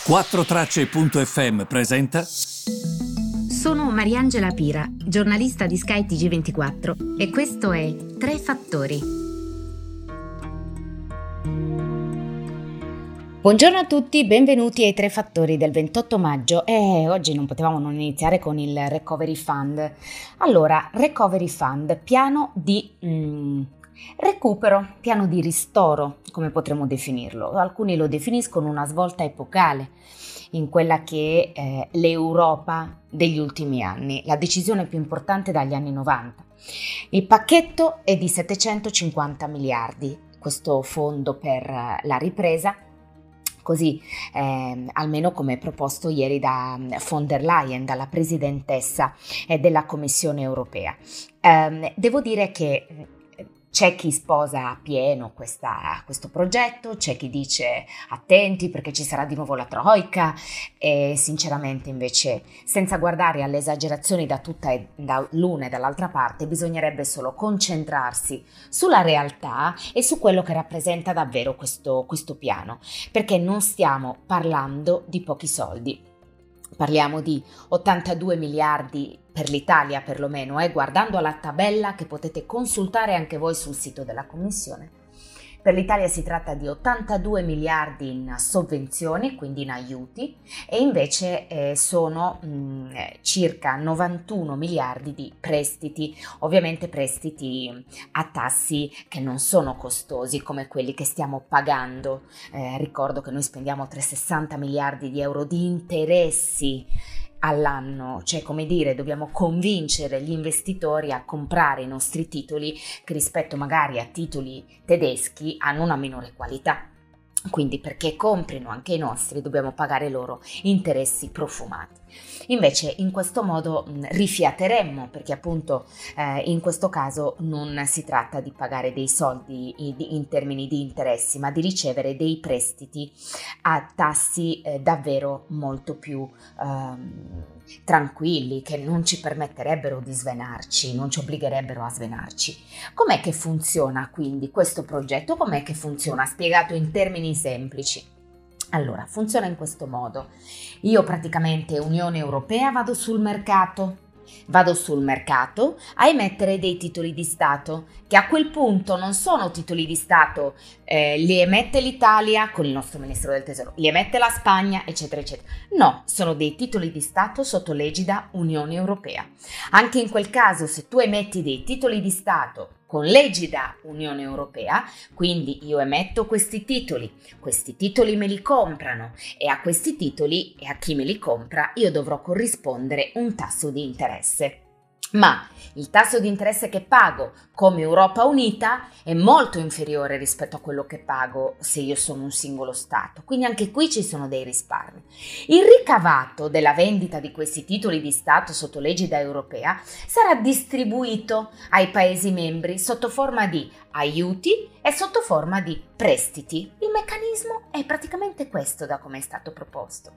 4Tracce.fm presenta. Sono Mariangela Pira, giornalista di Sky TG24 e questo è Tre Fattori. Buongiorno a tutti, benvenuti ai Tre Fattori del 28 maggio e oggi non potevamo non iniziare con il Recovery Fund. Allora, Recovery Fund, piano di recupero, piano di ristoro, come potremmo definirlo. Alcuni lo definiscono una svolta epocale in quella che è l'Europa degli ultimi anni, la decisione più importante dagli anni 90. Il pacchetto è di 750 miliardi, questo fondo per la ripresa, così almeno come proposto ieri da von der Leyen, dalla presidentessa della Commissione europea. Devo dire che c'è chi sposa a pieno questo progetto, c'è chi dice attenti perché ci sarà di nuovo la troika e sinceramente invece, senza guardare alle esagerazioni da l'una e dall'altra parte, bisognerebbe solo concentrarsi sulla realtà e su quello che rappresenta davvero questo piano, perché non stiamo parlando di pochi soldi. Parliamo di 82 miliardi per l'Italia perlomeno, guardando alla tabella che potete consultare anche voi sul sito della Commissione. Per l'Italia si tratta di 82 miliardi in sovvenzioni, quindi in aiuti, e invece sono circa 91 miliardi di prestiti, ovviamente prestiti a tassi che non sono costosi come quelli che stiamo pagando. Ricordo che noi spendiamo 360 miliardi di euro di interessi all'anno, cioè come dire dobbiamo convincere gli investitori a comprare i nostri titoli che rispetto magari a titoli tedeschi hanno una minore qualità, quindi perché comprino anche i nostri dobbiamo pagare loro interessi profumati. Invece in questo modo rifiateremmo, perché appunto in questo caso non si tratta di pagare dei soldi in termini di interessi, ma di ricevere dei prestiti a tassi davvero molto più tranquilli, che non ci permetterebbero di svenarci, non ci obbligherebbero a svenarci. Com'è che funziona quindi questo progetto? Com'è che funziona? Spiegato in termini semplici. Allora, funziona in questo modo. Io praticamente Unione Europea vado sul mercato a emettere dei titoli di Stato, che a quel punto non sono titoli di Stato, li emette l'Italia con il nostro Ministro del Tesoro, li emette la Spagna, eccetera, eccetera. No, sono dei titoli di Stato sotto legida Unione Europea. Anche in quel caso, se tu emetti dei titoli di Stato con legida Unione Europea, quindi io emetto questi titoli me li comprano e a questi titoli e a chi me li compra io dovrò corrispondere un tasso di interesse. Ma il tasso di interesse che pago come Europa Unita è molto inferiore rispetto a quello che pago se io sono un singolo Stato, quindi anche qui ci sono dei risparmi. Il ricavato della vendita di questi titoli di Stato sotto legida europea sarà distribuito ai Paesi membri sotto forma di aiuti e sotto forma di prestiti. Il meccanismo è praticamente questo da come è stato proposto.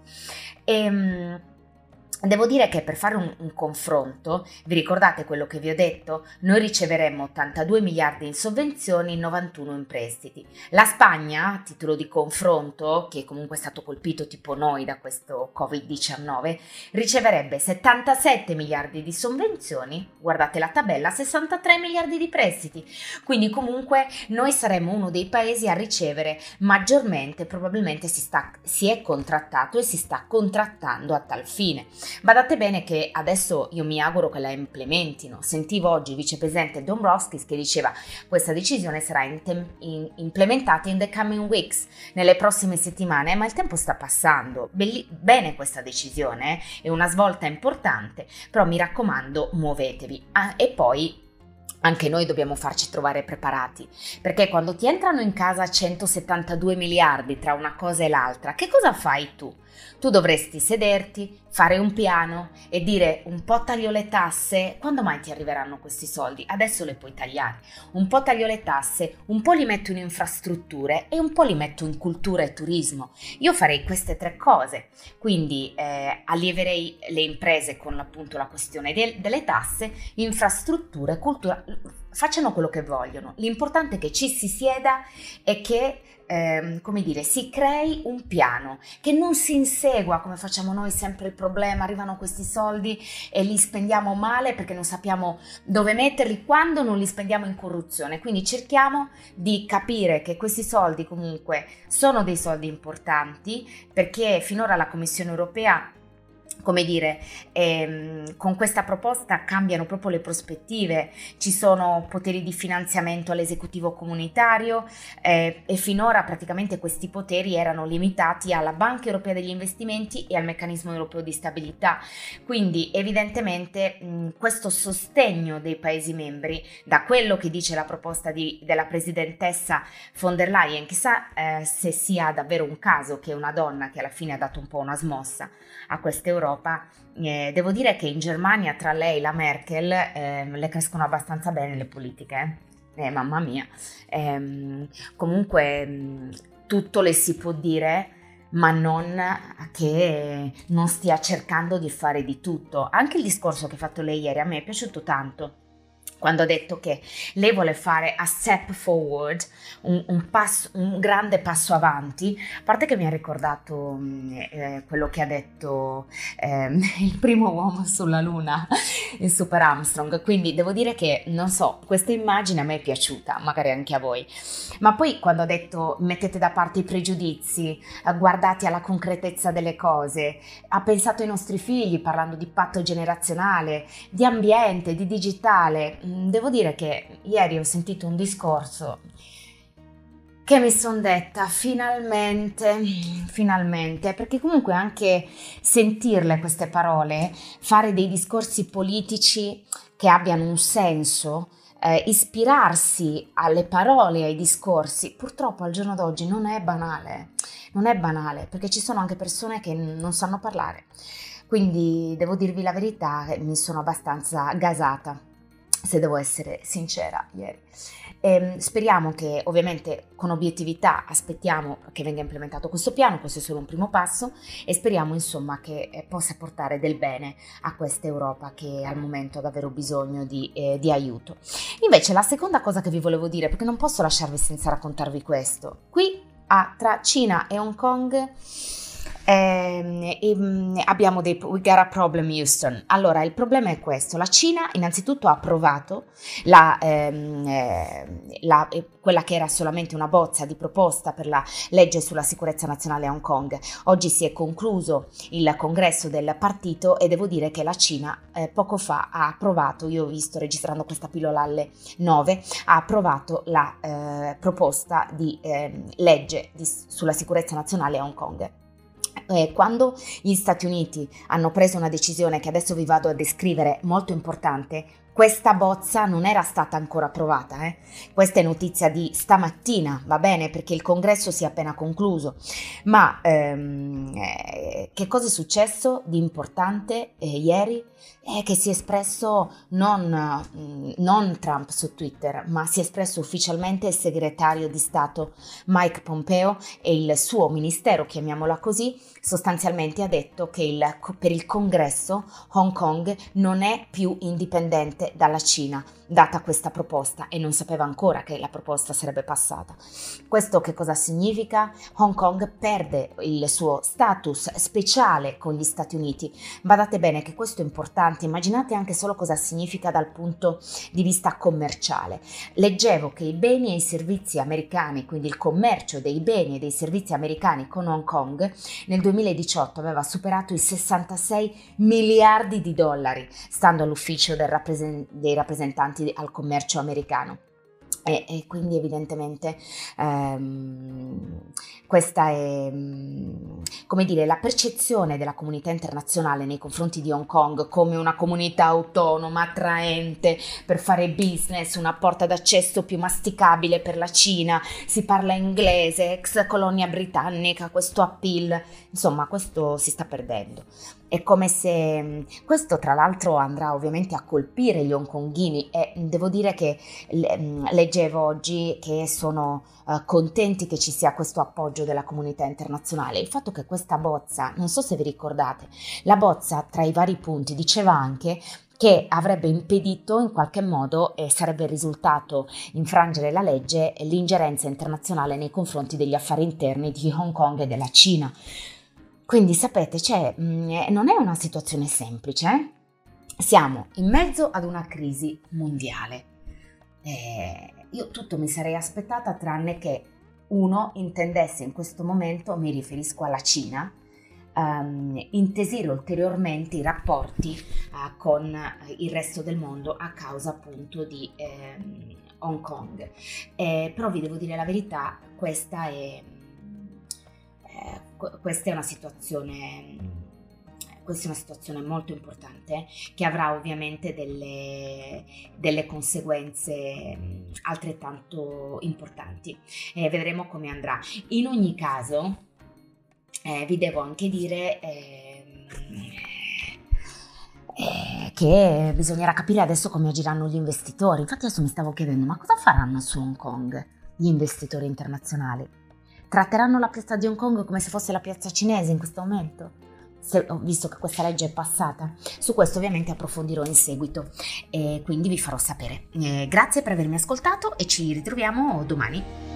Devo dire che per fare un confronto, vi ricordate quello che vi ho detto? Noi riceveremmo 82 miliardi in sovvenzioni, 91 in prestiti. La Spagna, a titolo di confronto, che comunque è stato colpito tipo noi da questo Covid-19, riceverebbe 77 miliardi di sovvenzioni, guardate la tabella, 63 miliardi di prestiti. Quindi comunque noi saremmo uno dei paesi a ricevere maggiormente, probabilmente si è contrattato e si sta contrattando a tal fine. Badate bene che adesso io mi auguro che la implementino. Sentivo oggi il vicepresidente Dombrovskis che diceva questa decisione sarà implementata in the coming weeks, nelle prossime settimane, ma il tempo sta passando. Bene questa decisione, è una svolta importante, però mi raccomando muovetevi. E poi anche noi dobbiamo farci trovare preparati, perché quando ti entrano in casa 172 miliardi tra una cosa e l'altra, che cosa fai tu? Tu dovresti sederti, fare un piano e dire un po' taglio le tasse, quando mai ti arriveranno questi soldi? Adesso le puoi tagliare, un po' taglio le tasse, un po' li metto in infrastrutture e un po' li metto in cultura e turismo. Io farei queste tre cose, quindi allieverei le imprese con appunto la questione delle tasse, infrastrutture, cultura. facciano quello che vogliono, l'importante è che ci si sieda e che come dire, si crei un piano, che non si insegua come facciamo noi sempre il problema, arrivano questi soldi e li spendiamo male perché non sappiamo dove metterli, quando non li spendiamo in corruzione. Quindi cerchiamo di capire che questi soldi comunque sono dei soldi importanti, perché finora la Commissione europea, come dire, con questa proposta cambiano proprio le prospettive, ci sono poteri di finanziamento all'esecutivo comunitario e finora praticamente questi poteri erano limitati alla Banca Europea degli Investimenti e al Meccanismo Europeo di Stabilità. Quindi evidentemente questo sostegno dei Paesi membri, da quello che dice la proposta della presidentessa von der Leyen, chissà se sia davvero un caso che una donna che alla fine ha dato un po' una smossa a questa Europa. Devo dire che in Germania tra lei e la Merkel le crescono abbastanza bene le politiche, mamma mia. Comunque tutto le si può dire, ma non che non stia cercando di fare di tutto. Anche il discorso che ha fatto lei ieri a me è piaciuto tanto, quando ha detto che lei vuole fare a step forward, un grande passo avanti. A parte che mi ha ricordato quello che ha detto il primo uomo sulla Luna, il Super Armstrong, quindi devo dire che, non so, questa immagine a me è piaciuta, magari anche a voi. Ma poi quando ha detto mettete da parte i pregiudizi, guardate alla concretezza delle cose, ha pensato ai nostri figli parlando di patto generazionale, di ambiente, di digitale. Devo dire che ieri ho sentito un discorso che mi sono detta finalmente, perché comunque anche sentirle queste parole, fare dei discorsi politici che abbiano un senso, ispirarsi alle parole e ai discorsi, purtroppo al giorno d'oggi non è banale, perché ci sono anche persone che non sanno parlare. Quindi devo dirvi la verità, mi sono abbastanza gasata, se devo essere sincera, ieri. Speriamo che, ovviamente, con obiettività aspettiamo che venga implementato questo piano. Questo è solo un primo passo e speriamo insomma che possa portare del bene a questa Europa che al momento ha davvero bisogno di aiuto. Invece la seconda cosa che vi volevo dire, perché non posso lasciarvi senza raccontarvi questo, qui tra Cina e Hong Kong abbiamo we got a problem, Houston. Allora, il problema è questo: la Cina innanzitutto ha approvato quella che era solamente una bozza di proposta per la legge sulla sicurezza nazionale a Hong Kong. Oggi si è concluso il congresso del partito e devo dire che la Cina poco fa ha approvato, io ho visto registrando questa pillola alle 9, ha approvato la proposta di legge sulla sicurezza nazionale a Hong Kong. Quando gli Stati Uniti hanno preso una decisione che adesso vi vado a descrivere, molto importante, questa bozza non era stata ancora approvata. Questa è notizia di stamattina, va bene, perché il congresso si è appena concluso. Ma che cosa è successo di importante ieri? È che si è espresso non Trump su Twitter, ma si è espresso ufficialmente il segretario di Stato Mike Pompeo e il suo ministero, chiamiamola così, sostanzialmente ha detto che per il congresso Hong Kong non è più indipendente dalla Cina, data questa proposta, e non sapeva ancora che la proposta sarebbe passata. Questo che cosa significa? Hong Kong perde il suo status speciale con gli Stati Uniti. Badate bene che questo è importante, immaginate anche solo cosa significa dal punto di vista commerciale. Leggevo che i beni e i servizi americani, quindi il commercio dei beni e dei servizi americani con Hong Kong, nel 2018 aveva superato i 66 miliardi di dollari, stando all'ufficio dei rappresentanti al commercio americano. E quindi evidentemente questa è, come dire, la percezione della comunità internazionale nei confronti di Hong Kong come una comunità autonoma, attraente per fare business, una porta d'accesso più masticabile per la Cina, si parla inglese, ex colonia britannica, questo appeal, insomma questo si sta perdendo. È come se questo tra l'altro andrà ovviamente a colpire gli hongkonghini e devo dire che leggevo oggi che sono contenti che ci sia questo appoggio della comunità internazionale. Il fatto che questa bozza, non so se vi ricordate, la bozza tra i vari punti diceva anche che avrebbe impedito in qualche modo e sarebbe risultato infrangere la legge l'ingerenza internazionale nei confronti degli affari interni di Hong Kong e della Cina. Quindi sapete, non è una situazione semplice, eh? Siamo in mezzo ad una crisi mondiale. Io tutto mi sarei aspettata tranne che uno intendesse in questo momento, mi riferisco alla Cina, intesire ulteriormente i rapporti con il resto del mondo a causa appunto di Hong Kong. Però vi devo dire la verità, questa è una situazione molto importante che avrà ovviamente delle conseguenze altrettanto importanti. Vedremo come andrà. In ogni caso, vi devo anche dire che bisognerà capire adesso come agiranno gli investitori. Infatti adesso mi stavo chiedendo, ma cosa faranno su Hong Kong gli investitori internazionali? Tratteranno la piazza di Hong Kong come se fosse la piazza cinese in questo momento? Visto che questa legge è passata. Su questo ovviamente approfondirò in seguito e quindi vi farò sapere. Grazie per avermi ascoltato e ci ritroviamo domani.